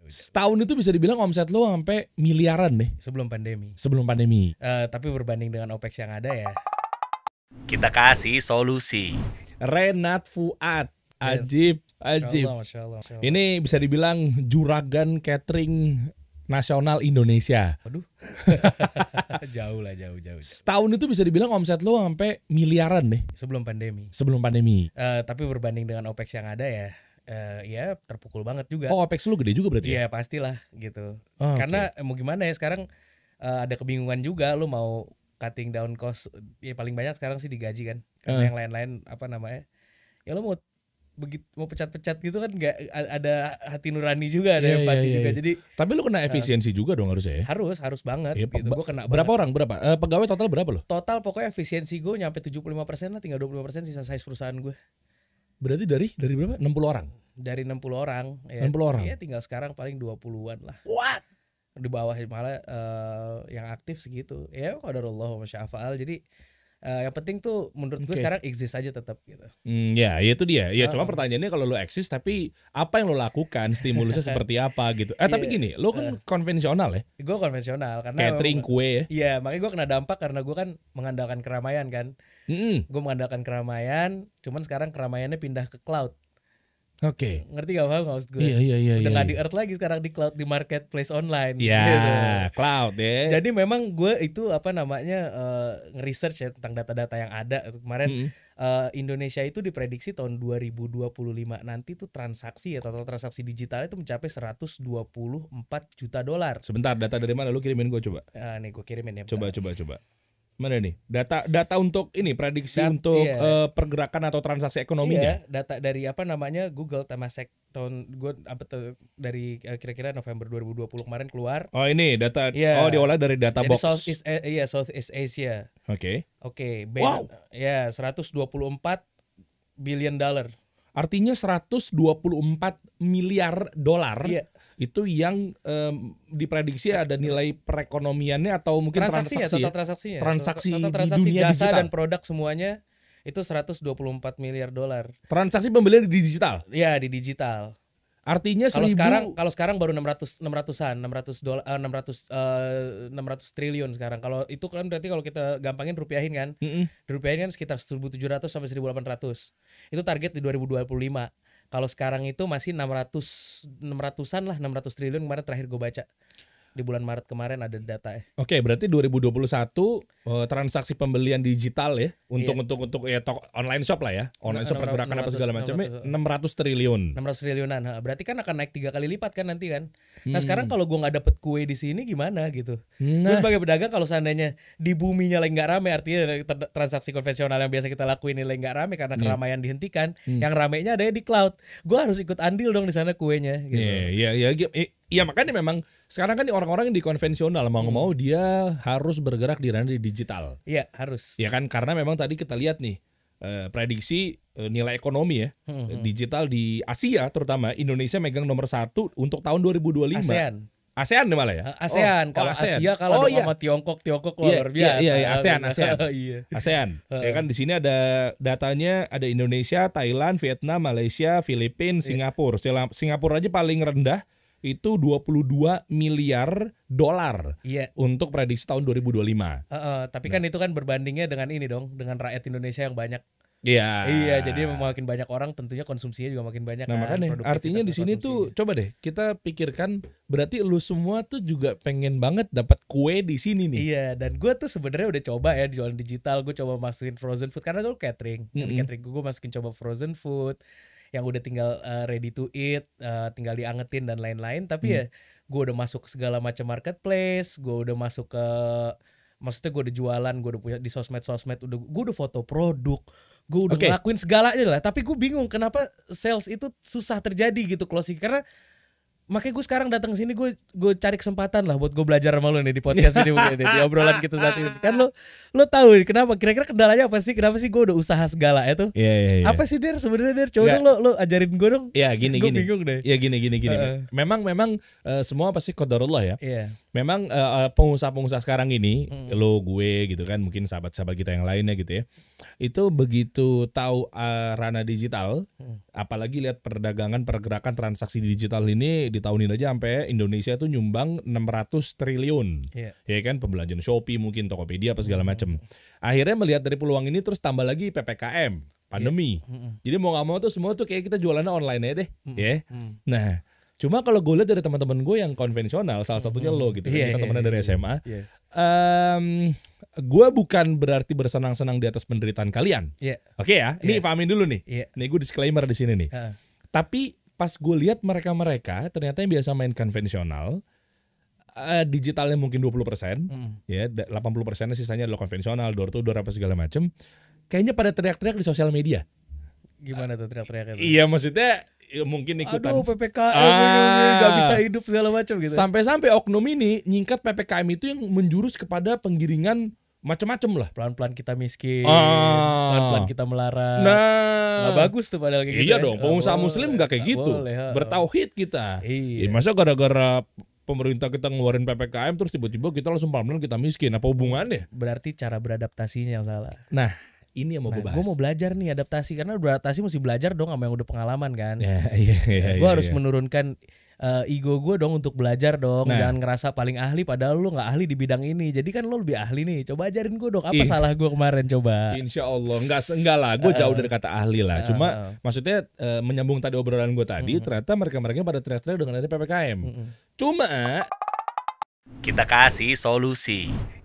Setahun itu bisa dibilang omset lo sampai miliaran deh Sebelum pandemi. Tapi berbanding dengan OPEX yang ada ya, Kita kasih solusi. Renat Fuad, Ajib. Masya Allah. Ini bisa dibilang juragan catering nasional Indonesia. Waduh. jauh. Setahun itu bisa dibilang omset lo sampai miliaran deh Sebelum pandemi. Tapi berbanding dengan OPEX yang ada ya, ya terpukul banget juga. Oh, OPEX lo gede juga berarti ya? Iya pastilah gitu. Oh, Karena mau gimana ya sekarang, ada kebingungan juga lu mau cutting down cost. Ya paling banyak sekarang sih digaji kan. Karena yang lain-lain apa namanya, ya lu mau pecat-pecat gitu kan nggak ada hati nurani juga, ada empati juga. Jadi tapi lu kena efisiensi juga dong harusnya ya? harus banget gitu. Gua kena berapa banget. orang? Pegawai total berapa lo? Total pokoknya efisiensi gue nyampe 75% lah, tinggal 25% sisa size perusahaan gue. Berarti dari berapa? 60 orang? Dari 60 orang ya. 60 orang? Iya, tinggal sekarang paling 20-an lah. What? Di bawah malah yang aktif segitu. Ya qadarullah wa masya'afa'al. Jadi yang penting tuh menurut gue sekarang exist aja tetap gitu. Ya itu dia. Ya cuma pertanyaannya kalau lo eksis tapi apa yang lo lakukan, stimulusnya seperti apa gitu. Tapi gini, lo kan konvensional ya? Gue konvensional karena catering, kue ya? Iya, makanya gue kena dampak karena gue kan mengandalkan keramaian kan. Gue mengandalkan keramaian, cuman sekarang keramaiannya pindah ke cloud. Oke. Ngerti gak paham maksud gue? Iya. Udah gak di earth lagi sekarang, di cloud, di marketplace online. Iya, gitu. Cloud ya. Jadi memang gue itu apa namanya nge-research ya tentang data-data yang ada. Kemarin Indonesia itu diprediksi tahun 2025 nanti tuh transaksi ya, total transaksi digital itu mencapai 124 juta dolar. Sebentar, data dari mana? Lu kirimin gue coba. Nih gue kirimin ya. Coba. Mana nih? Data untuk ini prediksi untuk pergerakan atau transaksi ekonominya. Iya, data dari apa namanya Google Temasek tahun dari kira-kira November 2020 kemarin keluar. Oh ini data. Oh diolah dari data box. Southeast Asia. Oke. Wow. Ya 124 billion dollar. Artinya 124 miliar dolar. Iya. Itu yang diprediksi ada nilai perekonomiannya atau mungkin total transaksi di transaksi dunia jasa digital dan produk semuanya itu 124 miliar dolar. Transaksi pembelian di digital. Iya, di digital. Artinya kalau sekarang baru 600 triliun sekarang. Kalau itu kan berarti kalau kita gampangin rupiahin kan. Rupiahin kan sekitar 1.700 sampai 1.800. Itu target di 2025. Kalau sekarang itu masih 600-an lah, 600 triliun kemarin terakhir gue baca. Di bulan Maret kemarin ada data ya. Oke, berarti 2021 transaksi pembelian digital ya untuk ya online shop lah ya. Online shop pergerakan apa segala macamnya 600 triliun. 600 triliunan. Berarti kan akan naik 3 kali lipat kan nanti kan. Nah, sekarang kalau gua enggak dapet kue di sini gimana gitu. Gue sebagai pedagang kalau seandainya di buminya lagi enggak rame, artinya transaksi konvensional yang biasa kita lakuin ini lagi enggak rame karena keramaian dihentikan, yang ramenya ada di cloud. Gua harus ikut andil dong di sana kuenya gitu. Iya makanya memang sekarang kan orang-orang yang di konvensional mau dia harus bergerak di ranah digital. Iya harus. Ya kan karena memang tadi kita lihat nih prediksi nilai ekonomi ya digital di Asia terutama Indonesia megang nomor 1 untuk tahun 2025. ASEAN nih malah ya. ASEAN kalau Asia kalau sama Tiongkok luar biasa. Iya ASEAN. Ya kan di sini ada datanya ada Indonesia, Thailand, Vietnam, Malaysia, Filipina, Singapura. Singapura aja paling rendah itu 22 miliar dolar untuk prediksi tahun 2025. Tapi kan itu kan berbandingnya dengan ini dong, dengan rakyat Indonesia yang banyak. Iya, jadi makin banyak orang tentunya konsumsinya juga makin banyak. Nah makanya artinya di sini tuh coba deh kita pikirkan berarti lu semua tuh juga pengen banget dapat kue di sini nih. Iya, dan gue tuh sebenarnya udah coba ya jualan digital, gue coba masukin frozen food karena gue catering. Catering gue masukin coba frozen food yang udah tinggal ready to eat, tinggal diangetin dan lain-lain. Tapi ya gue udah masuk ke segala macam marketplace, gue udah masuk ke, maksudnya gue udah jualan, gue udah punya di sosmed, gue udah foto produk, gue udah ngelakuin segalanya lah. Tapi gue bingung kenapa sales itu susah terjadi gitu closing, karena makanya gue sekarang datang sini, gue cari kesempatan lah buat gue belajar sama lo nih di podcast ini mungkin di obrolan kita saat ini. Kan lo tahu kenapa? Kira-kira kendalanya apa sih? Kenapa sih gue udah usaha segala itu? Iya. Apa sih sebenarnya coba dong lo ajarin gue dong. Iya gini. Gue bingung deh. Iya gini. Memang semua pasti qadarullah ya. Iya. memang pengusaha-pengusaha sekarang ini, lo gue gitu kan, mungkin sahabat-sahabat kita yang lainnya gitu ya, itu begitu tahu ranah digital, apalagi lihat pergerakan transaksi digital ini di tahun ini aja sampai Indonesia tuh nyumbang 600 triliun, ya kan, pembelanjaan Shopee mungkin, Tokopedia apa segala macam. Akhirnya melihat dari peluang ini terus tambah lagi PPKM, pandemi. Jadi mau nggak mau tuh semua tuh kayak kita jualannya online aja deh, ya. Nah, cuma kalau gue lihat dari teman-teman gue yang konvensional, salah satunya lo gitu, kita temennya dari SMA. Gue bukan berarti bersenang-senang di atas penderitaan kalian. Oke ya, ini pahamin dulu nih. Nih gue disclaimer di sini nih. Tapi pas gue lihat mereka ternyata yang biasa main konvensional, digitalnya mungkin 20%, ya 80% sisanya adalah konvensional, door to door apa segala macem. Kayaknya pada teriak-teriak di sosial media. Gimana tuh teriak-teriaknya? Iya, maksudnya ya mungkin ikutan. Aduh, PPKM gak bisa hidup segala macam gitu. Sampai-sampai oknum ini nyingkat PPKM itu yang menjurus kepada penggiringan macam-macam lah. Pelan-pelan kita miskin, pelan-pelan kita melarat. Nggak bagus tuh padahal kayak gitu. Iya dong, pengusaha muslim nggak kayak gitu. Bertauhid kita. Iya. Masa gara-gara pemerintah kita ngeluarin PPKM terus tiba-tiba kita langsung pelan-pelan kita miskin? Apa hubungannya? Berarti cara beradaptasinya yang salah. Nah, ini yang mau gue bahas. Gue mau belajar nih adaptasi, karena beradaptasi mesti belajar dong sama yang udah pengalaman kan. Gue harus menurunkan ego gue dong untuk belajar dong. Jangan ngerasa paling ahli padahal lu nggak ahli di bidang ini. Jadi kan lu lebih ahli nih. Coba ajarin gue dong. Apa salah gue kemarin coba? Insya Allah enggak lah. Gue jauh dari kata ahli lah. Cuma maksudnya menyambung tadi obrolan gue tadi, ternyata mereka pada teriak-teriak dengan ada PPKM. Cuma kita kasih solusi.